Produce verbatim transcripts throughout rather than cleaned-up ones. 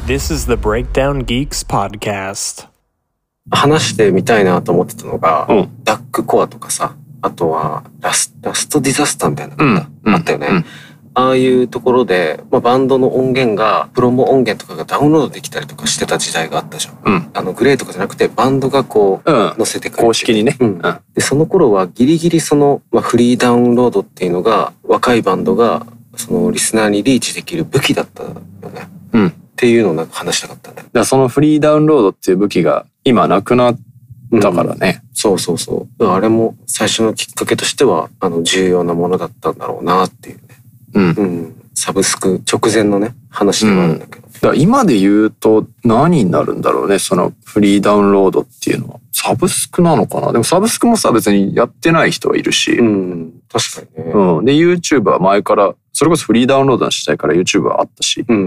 This is the Breakdown Geeks podcast. 話してみたいなと思ってたのが、 うん、 ダックコアとかさ、あとはラス、ラストディザスターみたいなのがあったよね、うんうん、ああいうところで、まあ、バンドの音源がプロモ音源とかがダウンロードできたりとかしてた時代があったじゃん、 うん、 あのグレーとかじゃなくてバンドがこう、うん、載せてくれて公式にね、 うんうん、でその頃はギリギリその、まあ、フリーダウンロードっていうのが若いバンドがそのリスナーにリーチできる武器だったよね、 うん、 っていうのをなんか話したかったんだよ。 だからそのフリーダウンロードっていう武器が今なくなったからね、 うん、そうそうそう。あれも最初のきっかけとしてはあの重要なものだったんだろうなっていうね、 うんうん、サブスク直前のね話ではあるんだけど、うん、 だから今で言うと何になるんだろうね、そのフリーダウンロードっていうのは。サブスクなのかな。でもサブスクもさ別にやってない人はいるし、 うん、確かにね、 うん、で YouTube は前からそれこそフリーダウンロードの時代から YouTube はあったし、 うん、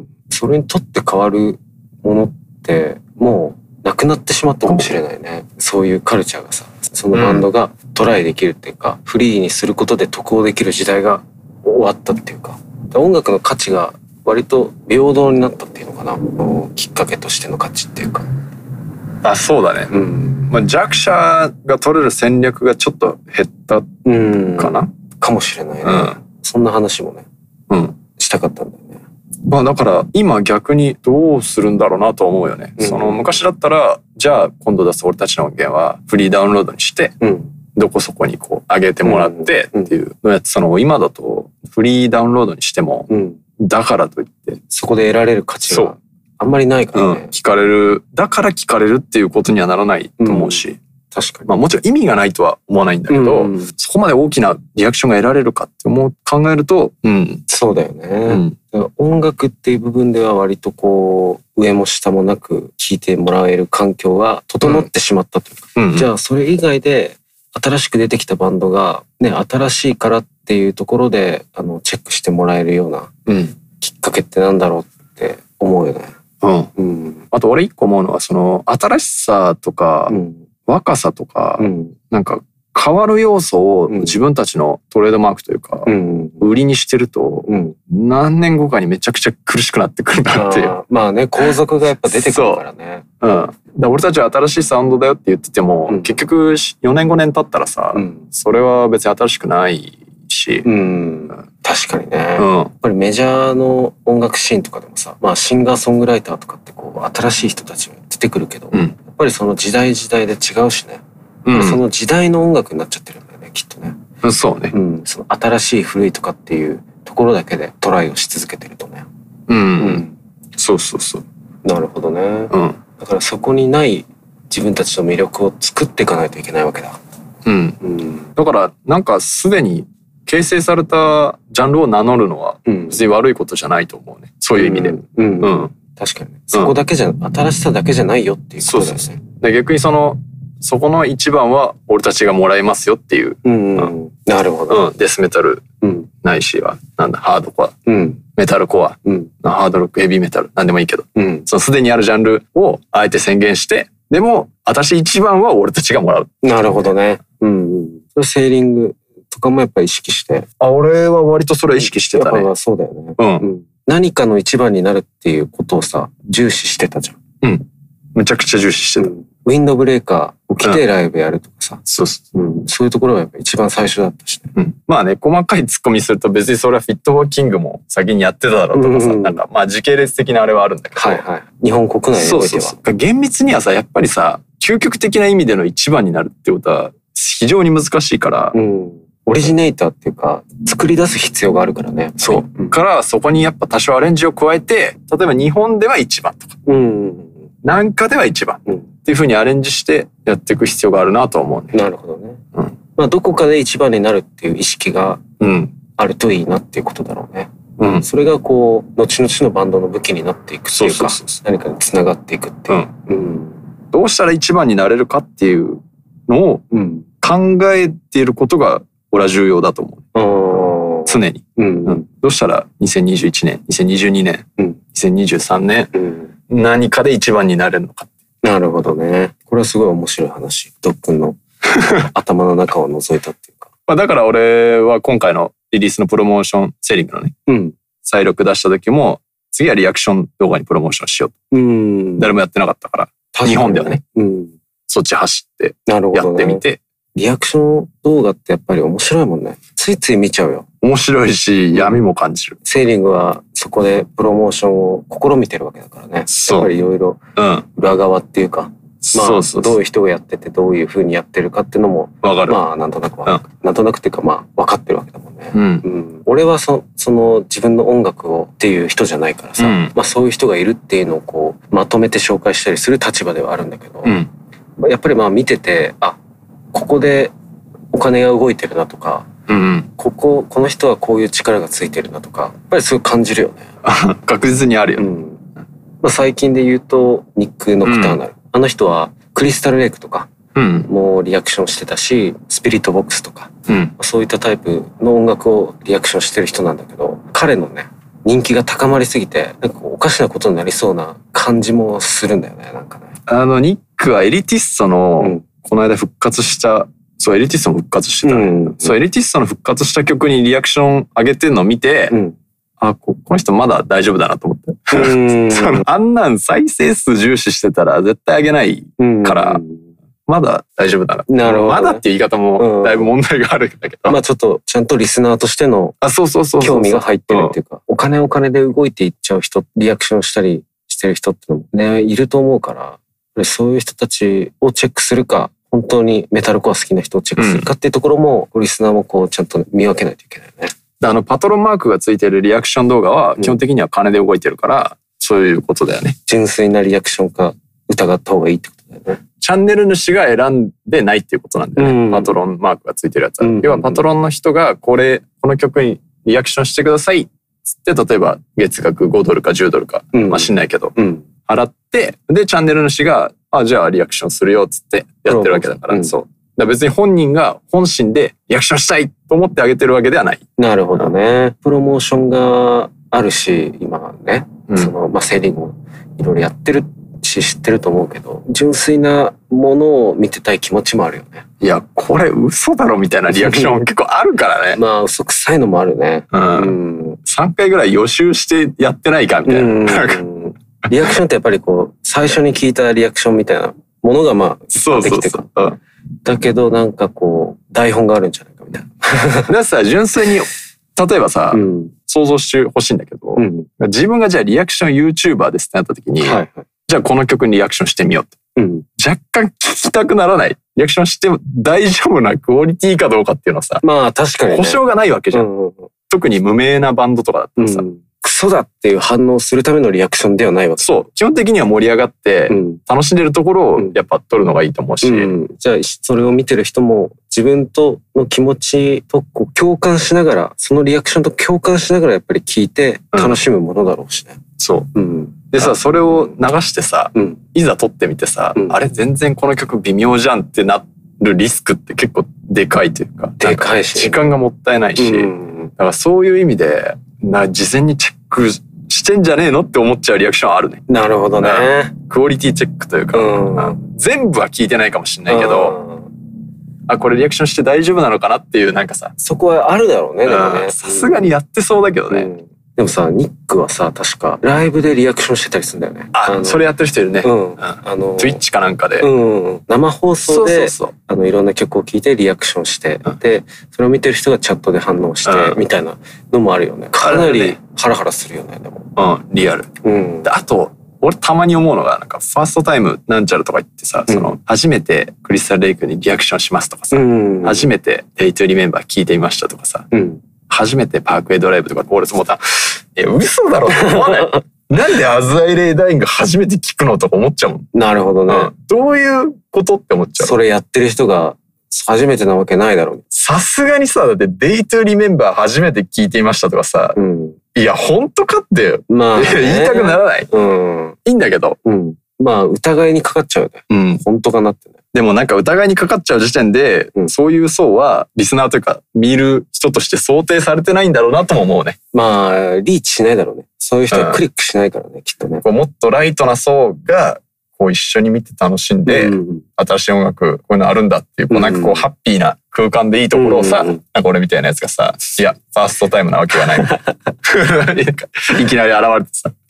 それにとって変わるものってもうなくなってしまったかもしれないね。そういうカルチャーがさ、そのバンドがトライできるっていうか、うん、フリーにすることで得をできる時代が終わったっていうか、音楽の価値が割と平等になったっていうのかな、きっかけとしての価値っていうか。 あ、そうだね、うん、まあ、弱者が取れる戦略がちょっと減ったかな、うん、 かもしれないね、うん、そんな話もね、うん、したかったんだよね。 まあだから今逆にどうするんだろうなと思うよね、うん、その昔だったらじゃあ今度出す俺たちの音源はフリーダウンロードにして、うん、どこそこにこう上げてもらってっていうのやってたのを、今だとフリーダウンロードにしても、うん、だからといってそこで得られる価値があんまりないからね、うん、 聞かれるだから聞かれるっていうことにはならないと思うし、うん、 確かに、 まあもちろん意味がないとは思わないんだけど、うん、そこまで大きなリアクションが得られるかって思う考えると、うん、 そうだよね、うん、だから音楽っていう部分では割とこう上も下もなく聴いてもらえる環境が整ってしまったというか、うん、じゃあそれ以外で新しく出てきたバンドがね、新しいからっていうところであのチェックしてもらえるようなきっかけってなんだろうって思うよね。 うんうん、あと俺一個思うのはその新しさとか、うん、若さとか、うん、なんか変わる要素を自分たちのトレードマークというか、うん、売りにしてると、うん、何年後かにめちゃくちゃ苦しくなってくるなっていう。 あまあね、後続がやっぱ出てくるからね。 そう、うん、だ俺たちは新しいサウンドだよって言ってても、うん、結局よねんごねん経ったらさ、うん、それは別に新しくないし、うん、 確かにね、うん、やっぱりメジャーの音楽シーンとかでもさ、まあシンガーソングライターとかってこう新しい人たちが出てくるけど、うん、やっぱりその時代時代で違うしね、うん、その時代の音楽になっちゃってるんだよね、きっとね。 そうね、 うん、その新しい古いとかっていうところだけでトライをし続けてるとね、 うん、うん、そうそうそう、 なるほどね、うん、だからそこにない自分たちの魅力を作っていかないといけないわけだ。 うん、うん、だからなんかすでに形成されたジャンルを名乗るのは別に悪いことじゃないと思うね、そういう意味で、うんうんうん、 確かに、ね、そこだけじゃ、うん、新しさだけじゃないよっていうことだよね。そうそうそう、 で逆にそのそこの一番は俺たちがもらえますよっていう、うんうん、なるほど、 うん、デスメタルないしはなんだハードコア、うん、メタルコア、うん、ハードロック、ヘビーメタルなんでもいいけど、うん、そのすでにあるジャンルをあえて宣言して、でも私一番は俺たちがもらう。 なるほどね、うんうん、それセーリングとかもやっぱり意識して。 あ、俺は割とそれは意識してたね。 やっぱそうだよね、 うんうん、 何かの一番になるっていうことをさ重視してたじゃん。 うん、めちゃくちゃ重視してた、うん、 ウィンドブレーカーを着てライブやるとかさ、うん、 そうそう、 うん、そういうところがやっぱ一番最初だったしね、 うん、まあね、細かいツッコミすると別にそれはフィットフォーキングも先にやってただろうとかさ、うんうん、なんかまあ時系列的なあれはあるんだけど、 はいはい、日本国内においてはそうそうそう、厳密にはさやっぱりさ究極的な意味での一番になるってことは非常に難しいから、うん、 オリジネーターっていうか作り出す必要があるからね。 そう、うん、からそこにやっぱ多少アレンジを加えて、例えば日本では一番とか、うん、なんかでは一番、うん、っていう風にアレンジしてやっていく必要があるなと思うね。 なるほどね、うん、まあどこかで一番になるっていう意識があるといいなっていうことだろうね、うん、それがこう後々のバンドの武器になっていくっていうか、そうそうそう、何かにつながっていくっていう、うんうん、どうしたら一番になれるかっていうのを考えていることが俺は重要だと思う、うん、常に、うんうん、どうしたらにせんにじゅういちねん、にせんにじゅうにねん、うん、にせんにじゅうさんねん、うん、何かで一番になれるのか。 なるほどね。これはすごい面白い話。ドックンの頭の中を覗いたっていうか。 まあだから俺は今回のリリースのプロモーションセーリングのね、うん、再録出した時も次はリアクション動画にプロモーションしよう。うん。誰もやってなかったから、日本ではね、うん、そっち走ってやってみて、ね。 リアクション動画ってやっぱり面白いもんね。ついつい見ちゃうよ。 面白いし、闇も感じる。 セーリングはそこでプロモーションを試みてるわけだからね。そう。やっぱりいろいろ裏側っていうか、うん、まあそうそうそう、どういう人がやっててどういう風にやってるかっていうのも、わかる。まあなんとなくは、うん、なんとなくっていうかまあ分かってるわけだもんね。うん。うん、俺はそその自分の音楽をっていう人じゃないからさ、うん、まあそういう人がいるっていうのをこうまとめて紹介したりする立場ではあるんだけど、うん、やっぱりまあ見てて、あ、ここでお金が動いてるなとか、うんうん、こここの人はこういう力がついてるなとか、やっぱりすごい感じるよね。 確実にあるよね。うん、 まあ、最近で言うとニック・ノクターナル、うん、あの人はクリスタルレイクとかもリアクションしてたし、スピリットボックスとか、うん、そういったタイプの音楽をリアクションしてる人なんだけど、彼のね人気が高まりすぎてなんかおかしなことになりそうな感じもするんだよね。なんかね、あのニックはエリティストのこの間復活した、うん、そうエリティストも復活してた、ね、うんうん、そうエリティストの復活した曲にリアクション上げてるのを見て、うん、あ、この人まだ大丈夫だなと思って。うんそのあんなん再生数重視してたら絶対上げないから、うん、まだ大丈夫だな。なるほど、ね。まだっていう言い方もだいぶ問題があるんだけど。 うん、まあちょっとちゃんとリスナーとしての興味が入ってるっていうか、お金お金で動いていっちゃう人、リアクションしたりしてる人ってのもね、いると思うから、そういう人たちをチェックするか、本当にメタルコア好きな人をチェックするかっていうところも、うん、リスナーもこうちゃんと見分けないといけないね。 あのパトロンマークがついてるリアクション動画は基本的には金で動いてるから、うん、そういうことだよね。 純粋なリアクションか疑った方がいいってことだよね。 チャンネル主が選んでないっていうことなんだよね。うん、パトロンマークがついてるやつは、うん、要はパトロンの人がこれこの曲にリアクションしてくださいっつって、例えば月額ごドルかじゅうドルか、うん、まあ知んないけど、うん、払って、でチャンネル主があじゃあリアクションするよっつってやってるわけだから、うん、そう。だから別に本人が本心でリアクションしたいと思ってあげてるわけではない。 なるほどね。プロモーションがあるし、今ね、うん、そのまあセーリングもいろいろやってるし知ってると思うけど、純粋なものを見てたい気持ちもあるよね。 いやこれ嘘だろみたいなリアクション結構あるからね。 まあ嘘くさいのもあるね。うん。 うん、さんかいぐらい予習してやってないかみたいな。うんリアクションってやっぱりこう最初に聞いたリアクションみたいなものがまあそうそうそう、うん、 だけどなんかこう台本があるんじゃないかみたいな。 だからさ純粋に例えばさ、うん、想像してほしいんだけど、うん、自分がじゃあリアクション YouTuber ですってなった時に、はいはい、じゃあこの曲にリアクションしてみようって、うん、若干聞きたくならない。リアクションしても大丈夫なクオリティかどうかっていうのはさ、 まあ確かに、ね、 保証がないわけじゃん、うんうん、特に無名なバンドとかだったらさ、うんクソだっていう反応するためのリアクションではないわけ。 そう。基本的には盛り上がって楽しんでるところをやっぱ撮るのがいいと思うし、うんうん、じゃあそれを見てる人も自分との気持ちとこう共感しながら、そのリアクションと共感しながらやっぱり聞いて楽しむものだろうしね。 うん、そう、うん、でさそれを流してさ、うん、いざ撮ってみてさ、うん、あれ全然この曲微妙じゃんってなるリスクって結構でかいというか、 でかいし、 時間がもったいないし、うん、だからそういう意味でな事前にチェックしてんじゃねえのって思っちゃうリアクションはあるね。 なるほどね。 クオリティチェックというか、うん、全部は聞いてないかもしれないけど、あこれリアクションして大丈夫なのかなっていうなんかさ、 そこはあるだろうね。でもね、 さすがにやってそうだけどね。うん、 でもさニックはさ確かライブでリアクションしてたりするんだよね。 あそれやってる人いるね。うん、あの Twitch かなんかで、 うん、生放送でそうそうそうあのいろんな曲を聴いてリアクションして、うん、でそれを見てる人がチャットで反応して、うん、みたいなのもあるよね。かなりハラハラするよね。でもうんリアル。うん、であと俺たまに思うのがなんかファーストタイムなんちゃらとか言ってさ、うん、その初めてクリスタルレイクにリアクションしますとかさ、うん、初めてデイトゥリメンバー聞いてみましたとかさ、うん、初めてパークウェイドライブとか俺思った。いや嘘だろって思わない。なんでアズアイレイダインが初めて聞くのとか思っちゃうもん。 なるほどね、うん。 どういうことって思っちゃう。 それやってる人が初めてなわけないだろう。 さすがにさだってデイトゥリメンバー初めて聞いてみましたとかさ、うん、いや本当かって、まあね、言いたくならない。うん、いいんだけど、うん、 まあ疑いにかかっちゃうよね。うん、本当かなってね。 でもなんか疑いにかかっちゃう時点で、うん、そういう層はリスナーというか見る人として想定されてないんだろうなとも思うね。 まあリーチしないだろうね。そういう人はクリックしないからね、うん、きっとね。 こうもっとライトな層がこう一緒に見て楽しんで、うん、新しい音楽こういうのあるんだっていう、こうなんかこうハッピーな空間でいいところをさ、うん、なんか俺みたいなやつがさ、いやファーストタイムなわけがない。いきなり現れてさ。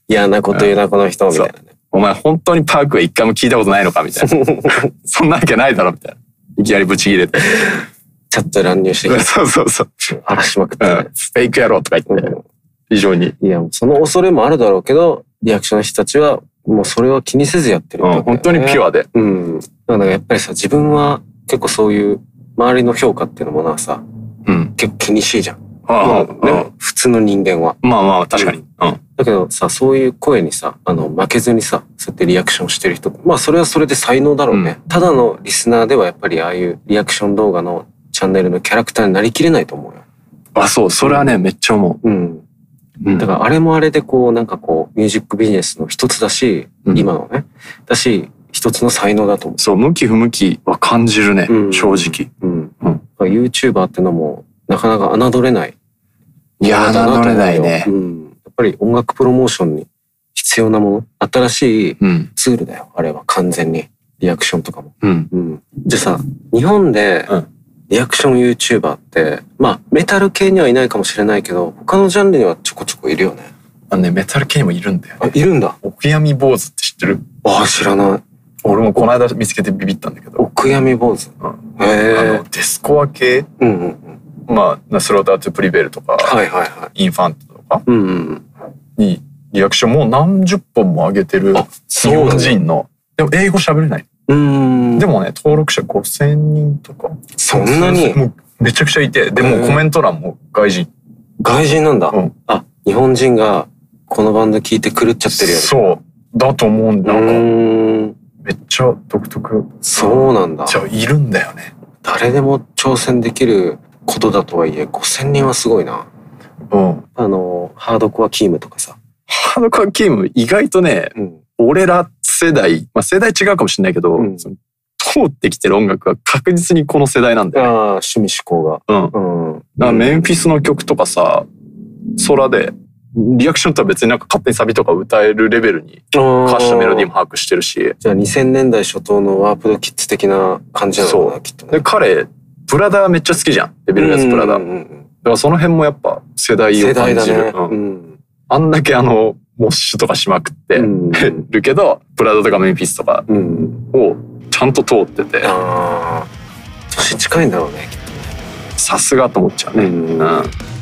嫌なこと言うなこの人みたいなね。 お前本当にパークは一回も聞いたことないのかみたいな。そんなわけないだろみたいな。いきなりブチ切れて。 チャット乱入してきて。 そうそうそう。 荒らしまくって、ね、うん。フェイクやろうとか言って、うん、非常に。 いや、その恐れもあるだろうけど、リアクションの人たちはもうそれは気にせずやってるって、ね。 うん、本当にピュアで。 うん。だからやっぱりさ、自分は結構そういう周りの評価っていうのもなさ、うん、結構気にしいじゃん。ああ、ね、普通の人間は。 まあまあ、確かに。うん。 だけどさ、そういう声にさ、あの、負けずにさ、そうやってリアクションしてる人、まあそれはそれで才能だろうね。うん、ただのリスナーではやっぱりああいうリアクション動画のチャンネルのキャラクターになりきれないと思うよ。 あ、そう、それはね、めっちゃ思う。うん。 うん、だからあれもあれでこう、なんかこう、ミュージックビジネスの一つだし、うん、今のね、だし、一つの才能だと思う。 そう、向き不向きは感じるね、うん、正直。うん。 うん。YouTuber ってのも、なかなか侮れない。 いや、侮れないね。 うん。やっぱり音楽プロモーションに必要なもの、新しいツールだよ、うん、あれは完全に。リアクションとかも。うん。うん。じゃあさ、日本で、リアクション YouTuber って、まあ、メタル系にはいないかもしれないけど、他のジャンルにはちょこちょこいるよね。 あのね、メタル系にもいるんだよね。 あ、いるんだ。 お悔やみ坊主って知ってる？ ああ、知らない。 俺もこの間見つけてビビったんだけど。 お悔やみ坊主。うん、 へえ。あの、デスコア系、うんうんうん、まあ、スロータートゥプリベルとか、はいはいはい、インファントとか、うんうん、にリアクションもう何十本も上げてる日本人の、でも英語喋れない。うん、でもね、登録者ごせんにんとか。 そんなに？ もうめちゃくちゃいて、でもコメント欄も外人。 外人なんだ。うん、あ、日本人がこのバンド聞いて狂っちゃってるよね。 そう。だと思うんだ。なんか、めっちゃ独特。 そうなんだ。 じゃあ、いるんだよね。 誰でも挑戦できることだとはいえ、ごせんにんはすごいな。うん。あの、ハードコアキームとかさ。 ハードコアキーム、意外とね、うん、俺ら世代、まあ世代違うかもしれないけど、うん、その通ってきてる音楽は確実にこの世代なんだよね。 ああ、趣味思考が。うん。 うん。だからメンフィスの曲とかさ、空で、リアクションとは別になんか勝手にサビとか歌えるレベルに歌詞とメロディーも把握してるし。 じゃあにせんねんだい初頭のワープドキッズ的な感じなのかな、きっとね。 で、彼、プラダめっちゃ好きじゃん。デビルレスプラダ。だからその辺もやっぱ世代を感じる。ね、うん、あんだけあの、モッシュとかしまくってるけど、プラダとかメンフィスとかをちゃんと通ってて。ああ、 年近いんだろうね、きっとね。 さすがと思っちゃうね。うんうん